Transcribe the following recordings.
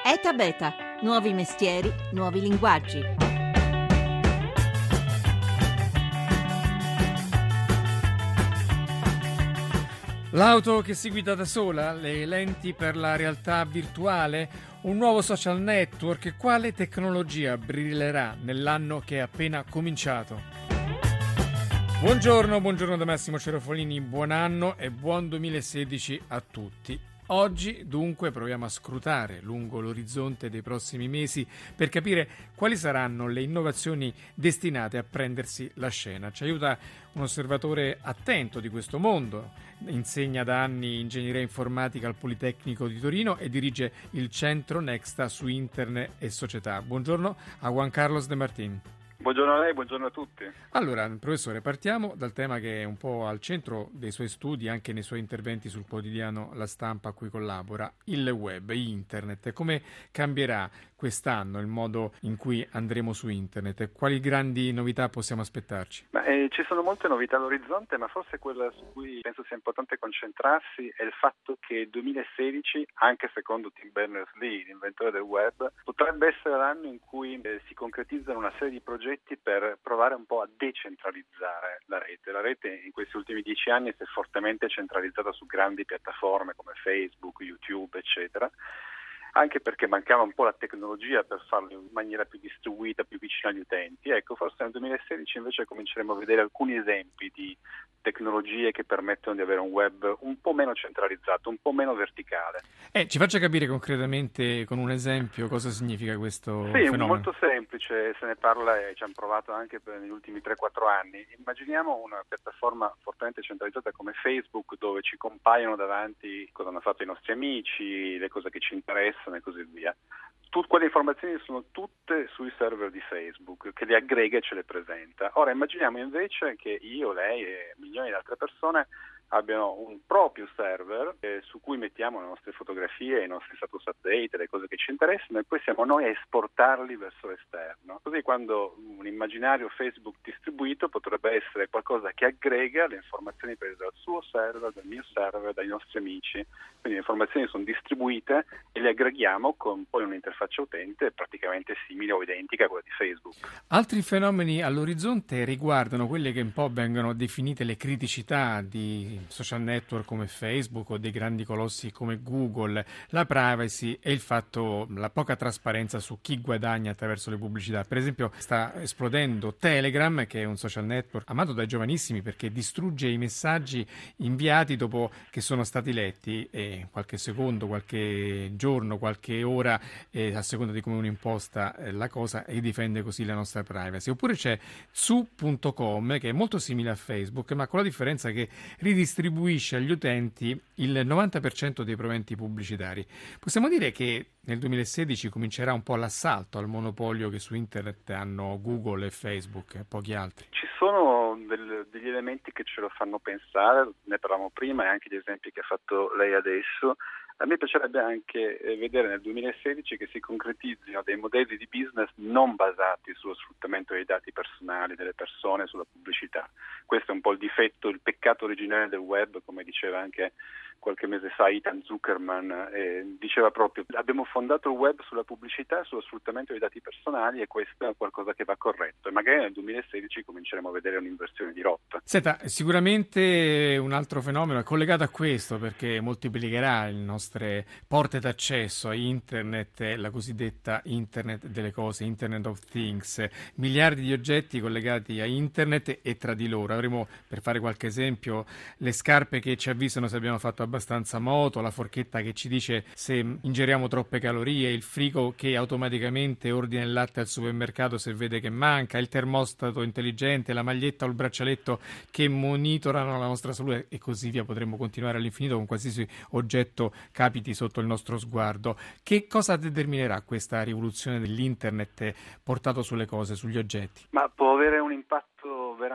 ETA Beta, nuovi mestieri, nuovi linguaggi. L'auto che si guida da sola, le lenti per la realtà virtuale, un nuovo social network. Quale tecnologia brillerà nell'anno che è appena cominciato? Buongiorno da Massimo Cerofolini, buon anno e buon 2016 a tutti. Oggi dunque proviamo a scrutare lungo l'orizzonte dei prossimi mesi per capire quali saranno le innovazioni destinate a prendersi la scena. Ci aiuta un osservatore attento di questo mondo, insegna da anni ingegneria informatica al Politecnico di Torino e dirige il centro Nexta su internet e società. Buongiorno a Juan Carlos De Martín. Buongiorno a lei, buongiorno a tutti. Allora, professore, partiamo dal tema che è un po' al centro dei suoi studi, anche nei suoi interventi sul quotidiano La Stampa a cui collabora, il web, internet. Come cambierà quest'anno il modo in cui andremo su internet? Quali grandi novità possiamo aspettarci? Ci sono molte novità all'orizzonte, ma forse quella su cui penso sia importante concentrarsi è il fatto che il 2016, anche secondo Tim Berners-Lee, l'inventore del web, potrebbe essere l'anno in cui si concretizzano una serie di progetti per provare un po' a decentralizzare la rete. La rete in questi ultimi 10 anni si è fortemente centralizzata su grandi piattaforme come Facebook, YouTube, eccetera, anche perché mancava un po' la tecnologia per farlo in maniera più distribuita, più vicina agli utenti. Ecco, forse nel 2016 invece cominceremo a vedere alcuni esempi di tecnologie che permettono di avere un web un po' meno centralizzato, un po' meno verticale. Ci faccia capire concretamente con un esempio cosa significa questo fenomeno. Sì, molto semplice, se ne parla e ci hanno provato anche negli ultimi 3-4 anni. Immaginiamo una piattaforma fortemente centralizzata come Facebook, dove ci compaiono davanti cosa hanno fatto i nostri amici, le cose che ci interessano e così via. Quelle informazioni sono tutte sui server di Facebook, che le aggrega e ce le presenta. Ora immaginiamo invece che io, lei e milioni di altre persone abbiano un proprio server su cui mettiamo le nostre fotografie, i nostri status update, le cose che ci interessano, e poi siamo noi a esportarli verso l'esterno. Così quando un immaginario Facebook distribuito potrebbe essere qualcosa che aggrega le informazioni prese dal suo server, dal mio server, dai nostri amici. Quindi le informazioni sono distribuite e le aggreghiamo con poi un'interfaccia utente praticamente simile o identica a quella di Facebook. Altri fenomeni all'orizzonte riguardano quelle che un po' vengono definite le criticità di social network come Facebook o dei grandi colossi come Google, la privacy e il fatto, la poca trasparenza su chi guadagna attraverso le pubblicità. Per esempio sta esplodendo Telegram, che è un social network amato dai giovanissimi perché distrugge i messaggi inviati dopo che sono stati letti, e qualche secondo, qualche giorno, qualche ora, a seconda di come uno imposta la cosa, e difende così la nostra privacy. Oppure c'è Tsu.com, che è molto simile a Facebook, ma con la differenza che ridistribuisce agli utenti il 90% dei proventi pubblicitari. Possiamo dire che nel 2016 comincerà un po' l'assalto al monopolio che su internet hanno Google e Facebook e pochi altri. Ci sono degli elementi che ce lo fanno pensare, ne parlavamo prima, e anche gli esempi che ha fatto lei adesso. A me piacerebbe anche vedere nel 2016 che si concretizzino dei modelli di business non basati sullo sfruttamento dei dati personali delle persone, sulla pubblicità. Questo è un po' il difetto, il peccato originale del web, come diceva anche qualche mese fa Ethan Zuckerman, diceva proprio: abbiamo fondato il web sulla pubblicità e sullo sfruttamento dei dati personali, e questo è qualcosa che va corretto, e magari nel 2016 cominceremo a vedere un'inversione di rotta. Senta, sicuramente un altro fenomeno è collegato a questo, perché moltiplicherà le nostre porte d'accesso a internet, la cosiddetta internet delle cose, Internet of Things, miliardi di oggetti collegati a internet e tra di loro. Avremo, per fare qualche esempio, le scarpe che ci avvisano se abbiamo fatto abbastanza moto, la forchetta che ci dice se ingeriamo troppe calorie, il frigo che automaticamente ordina il latte al supermercato se vede che manca, il termostato intelligente, la maglietta o il braccialetto che monitorano la nostra salute, e così via. Potremmo continuare all'infinito con qualsiasi oggetto capiti sotto il nostro sguardo. Che cosa determinerà questa rivoluzione dell'internet portato sulle cose, sugli oggetti? Ma può avere un impatto veramente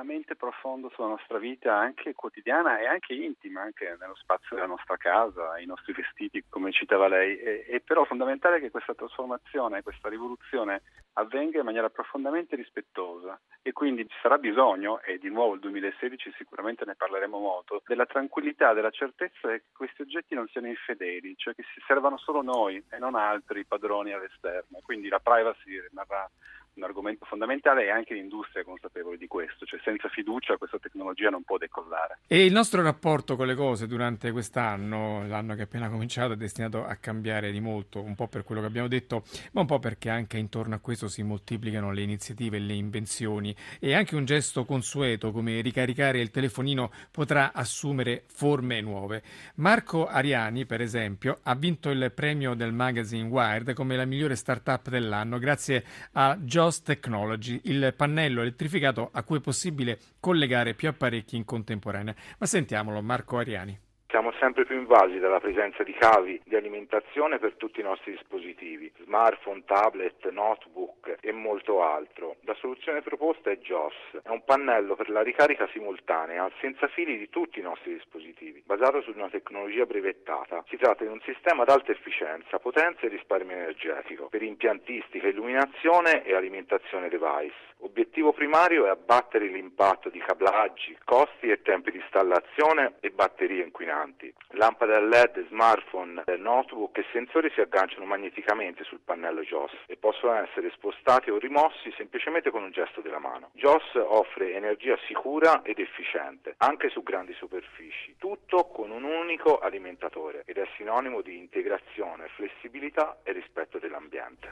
estremamente profondo sulla nostra vita, anche quotidiana e anche intima, anche nello spazio della nostra casa, i nostri vestiti, come citava lei. È però fondamentale che questa trasformazione, questa rivoluzione avvenga in maniera profondamente rispettosa, e quindi ci sarà bisogno, e di nuovo il 2016 sicuramente ne parleremo molto, della tranquillità, della certezza che questi oggetti non siano infedeli, cioè che si servano solo noi e non altri padroni all'esterno. Quindi la privacy rimarrà un argomento fondamentale, e anche l'industria è consapevole di questo, cioè senza fiducia questa tecnologia non può decollare. E il nostro rapporto con le cose durante quest'anno, l'anno che è appena cominciato, è destinato a cambiare di molto, un po' per quello che abbiamo detto, ma un po' perché anche intorno a questo si moltiplicano le iniziative e le invenzioni, e anche un gesto consueto come ricaricare il telefonino potrà assumere forme nuove. Marco Ariani, per esempio, ha vinto il premio del magazine Wired come la migliore startup dell'anno grazie a JOS Technology, il pannello elettrificato a cui è possibile collegare più apparecchi in contemporanea. Ma sentiamolo, Marco Ariani. Siamo sempre più invasi dalla presenza di cavi di alimentazione per tutti i nostri dispositivi, smartphone, tablet, notebook e molto altro. La soluzione proposta è JOS, è un pannello per la ricarica simultanea senza fili di tutti i nostri dispositivi, basato su una tecnologia brevettata. Si tratta di un sistema ad alta efficienza, potenza e risparmio energetico per impiantistica, illuminazione e alimentazione device. Obiettivo primario è abbattere l'impatto di cablaggi, costi e tempi di installazione e batterie inquinanti. Lampade a LED, smartphone, notebook e sensori si agganciano magneticamente sul pannello JOS e possono essere spostati o rimossi semplicemente con un gesto della mano. JOS offre energia sicura ed efficiente, anche su grandi superfici, tutto con un unico alimentatore, ed è sinonimo di integrazione, flessibilità e rispetto dell'ambiente.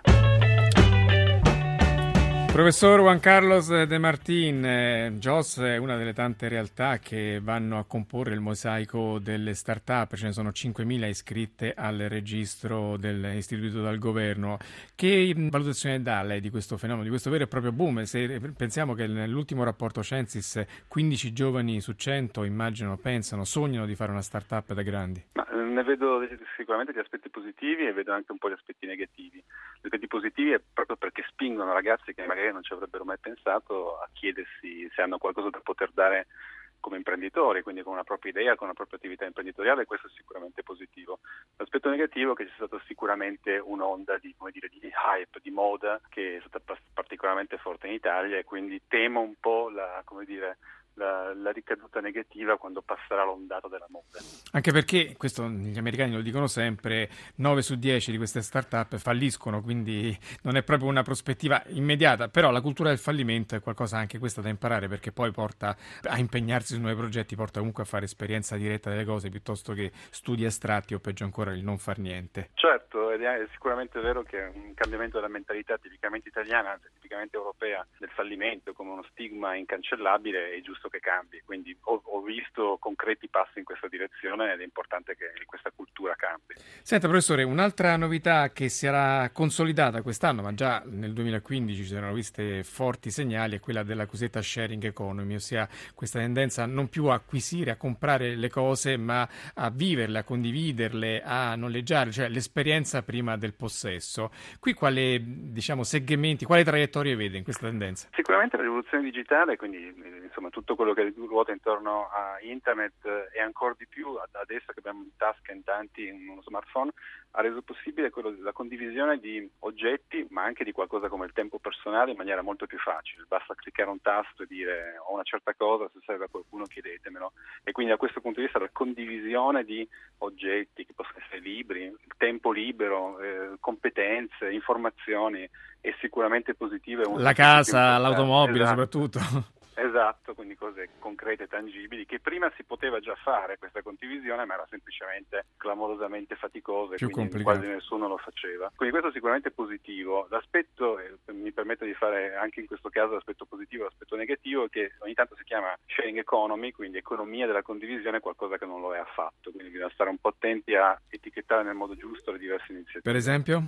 Professor Juan Carlos de Martín, JOS è una delle tante realtà che vanno a comporre il mosaico delle start-up, ce ne sono 5.000 iscritte al registro istituito dal governo. Che valutazione dà lei di questo fenomeno, di questo vero e proprio boom? Se pensiamo che nell'ultimo rapporto Censis 15 giovani su 100 immaginano, pensano, sognano di fare una start-up da grandi. Ma ne vedo sicuramente gli aspetti positivi e vedo anche un po' gli aspetti negativi. Gli aspetti positivi è proprio perché spingono ragazzi che magari non ci avrebbero mai pensato a chiedersi se hanno qualcosa da poter dare come imprenditori, quindi con una propria idea, con una propria attività imprenditoriale, e questo è sicuramente positivo. L'aspetto negativo è che c'è stata sicuramente un'onda di hype, di moda, che è stata particolarmente forte in Italia, e quindi temo un po' la ricaduta negativa quando passerà l'ondata della moda. Anche perché, questo gli americani lo dicono sempre, 9 su 10 di queste start-up falliscono, quindi non è proprio una prospettiva immediata, però la cultura del fallimento è qualcosa anche questa da imparare, perché poi porta a impegnarsi su nuovi progetti, porta comunque a fare esperienza diretta delle cose piuttosto che studi astratti o peggio ancora il non far niente. Certo, ed è sicuramente vero che un cambiamento della mentalità tipicamente italiana, tipicamente europea, del fallimento come uno stigma incancellabile, è giusto che cambi, quindi ho visto concreti passi in questa direzione ed è importante che questa cultura cambi. Senta professore, un'altra novità che si era consolidata quest'anno, ma già nel 2015 ci erano viste forti segnali, è quella della cosiddetta sharing economy, ossia questa tendenza a non più a acquisire, a comprare le cose, ma a viverle, a condividerle, a noleggiare, cioè l'esperienza prima del possesso. Qui quali segmenti, quali traiettorie vede in questa tendenza? Sicuramente la rivoluzione digitale, quindi insomma tutto quello che ruota intorno a internet, e ancora di più adesso che abbiamo in tasca in tanti uno smartphone, ha reso possibile la condivisione di oggetti, ma anche di qualcosa come il tempo personale, in maniera molto più facile. Basta cliccare un tasto e dire ho una certa cosa, se serve a qualcuno chiedetemelo. E quindi da questo punto di vista la condivisione di oggetti, che possono essere libri, tempo libero, competenze, informazioni, è sicuramente positiva. La casa, l'automobile, esatto. Soprattutto. Esatto, quindi cose concrete, tangibili, che prima si poteva già fare questa condivisione, ma era semplicemente clamorosamente faticosa e più quindi complicato. Quasi nessuno lo faceva. Quindi questo sicuramente è positivo. L'aspetto, mi permetto di fare anche in questo caso l'aspetto positivo e l'aspetto negativo, è che ogni tanto si chiama sharing economy, quindi economia della condivisione, qualcosa che non lo è affatto, quindi bisogna stare un po' attenti a etichettare nel modo giusto le diverse iniziative. Per esempio? Ma per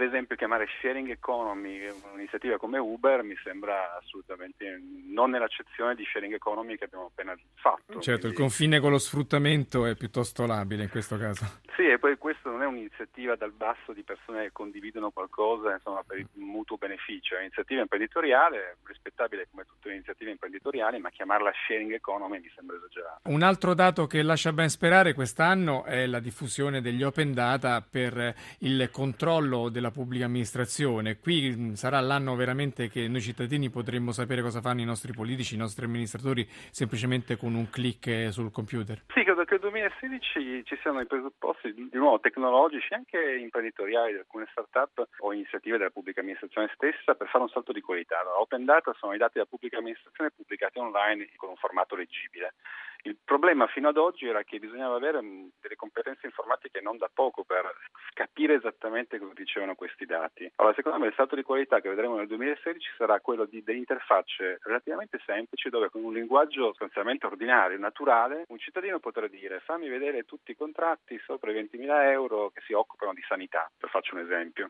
Per esempio chiamare sharing economy un'iniziativa come Uber mi sembra assolutamente non nell'accezione di sharing economy che abbiamo appena fatto. Certo, il confine con lo sfruttamento è piuttosto labile in questo caso. Sì, e poi questo non è un'iniziativa dal basso di persone che condividono qualcosa, insomma, per il mutuo beneficio, è un'iniziativa imprenditoriale, rispettabile come tutte le iniziative imprenditoriali, ma chiamarla sharing economy mi sembra esagerato. Un altro dato che lascia ben sperare quest'anno è la diffusione degli open data per il controllo della pubblica amministrazione. Qui sarà l'anno veramente che noi cittadini potremmo sapere cosa fanno i nostri politici, i nostri amministratori, semplicemente con un click sul computer. Sì, credo che nel 2016 ci siano i presupposti di nuovo tecnologici, anche imprenditoriali, di alcune start-up o iniziative della pubblica amministrazione stessa per fare un salto di qualità. Allora, open data sono i dati della pubblica amministrazione pubblicati online con un formato leggibile. Il problema fino ad oggi era che bisognava avere delle competenze informatiche non da poco per capire esattamente cosa dicevano questi dati. Allora, secondo me il salto di qualità che vedremo nel 2016 sarà quello di delle interfacce relativamente semplici dove con un linguaggio sostanzialmente ordinario, naturale, un cittadino potrà dire fammi vedere tutti i contratti sopra i 20.000 euro che si occupano di sanità, per farci un esempio,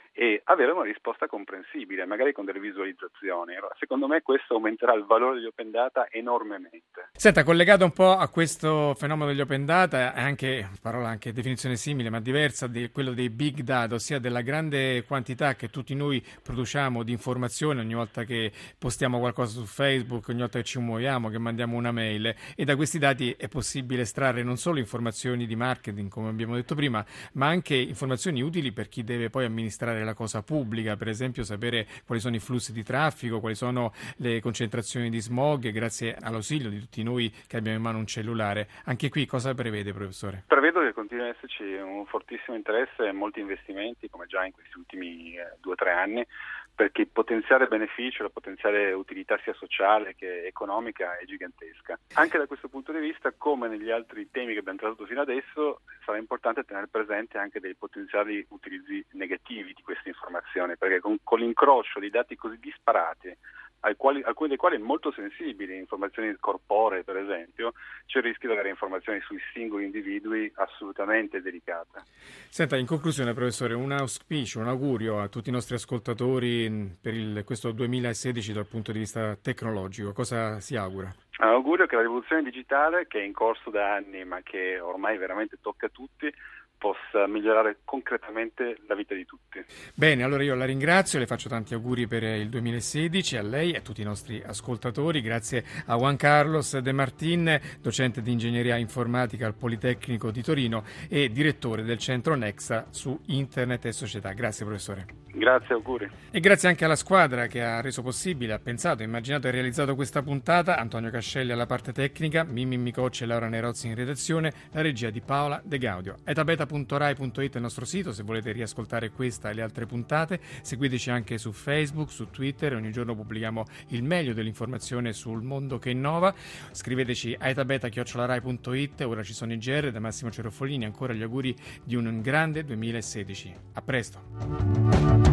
e avere una risposta comprensibile, magari con delle visualizzazioni. Allora, secondo me questo aumenterà il valore degli open data enormemente. Senta, collegato un po' a questo fenomeno degli open data, parola anche definizione simile ma diversa, di quello dei big data, ossia della grande quantità che tutti noi produciamo di informazioni ogni volta che postiamo qualcosa su Facebook, ogni volta che ci muoviamo, che mandiamo una mail, e da questi dati è possibile estrarre non solo informazioni di marketing, come abbiamo detto prima, ma anche informazioni utili per chi deve poi amministrare la cosa pubblica, per esempio sapere quali sono i flussi di traffico, quali sono le concentrazioni di smog, grazie all'ausilio di tutti noi che abbiamo in mano un cellulare. Anche qui cosa prevede, professore? Prevedo che continui ad esserci un fortissimo interesse e molti investimenti, come già in questi ultimi 2 o 3 anni, perché il potenziale beneficio, la potenziale utilità sia sociale che economica è gigantesca. Anche da questo punto di vista, come negli altri temi che abbiamo trattato fino adesso, sarà importante tenere presente anche dei potenziali utilizzi negativi di questa informazione, perché con l'incrocio di dati così disparati, alcuni dei quali molto sensibili, informazioni corporee per esempio, c'è il rischio di avere informazioni sui singoli individui assolutamente delicate. Senta, in conclusione, professore, un auspicio, un augurio a tutti i nostri ascoltatori per questo 2016 dal punto di vista tecnologico. Cosa si augura? Un augurio che la rivoluzione digitale, che è in corso da anni ma che ormai veramente tocca a tutti, possa migliorare concretamente la vita di tutti. Bene, allora io la ringrazio, le faccio tanti auguri per il 2016 a lei e a tutti i nostri ascoltatori. Grazie a Juan Carlos De Martin, docente di ingegneria informatica al Politecnico di Torino e direttore del centro Nexa su Internet e Società. Grazie professore. Grazie, auguri. E grazie anche alla squadra che ha reso possibile, ha pensato, immaginato e realizzato questa puntata. Antonio Cascelli alla parte tecnica, Mimmi Micocci e Laura Nerozzi in redazione, la regia di Paola De Gaudio. etabeta.rai.it è il nostro sito se volete riascoltare questa e le altre puntate. Seguiteci anche su Facebook, su Twitter, ogni giorno pubblichiamo il meglio dell'informazione sul mondo che innova. Scriveteci a etabeta@rai.it. Ora ci sono i GR da Massimo Cerofolini, ancora gli auguri di un grande 2016. A presto.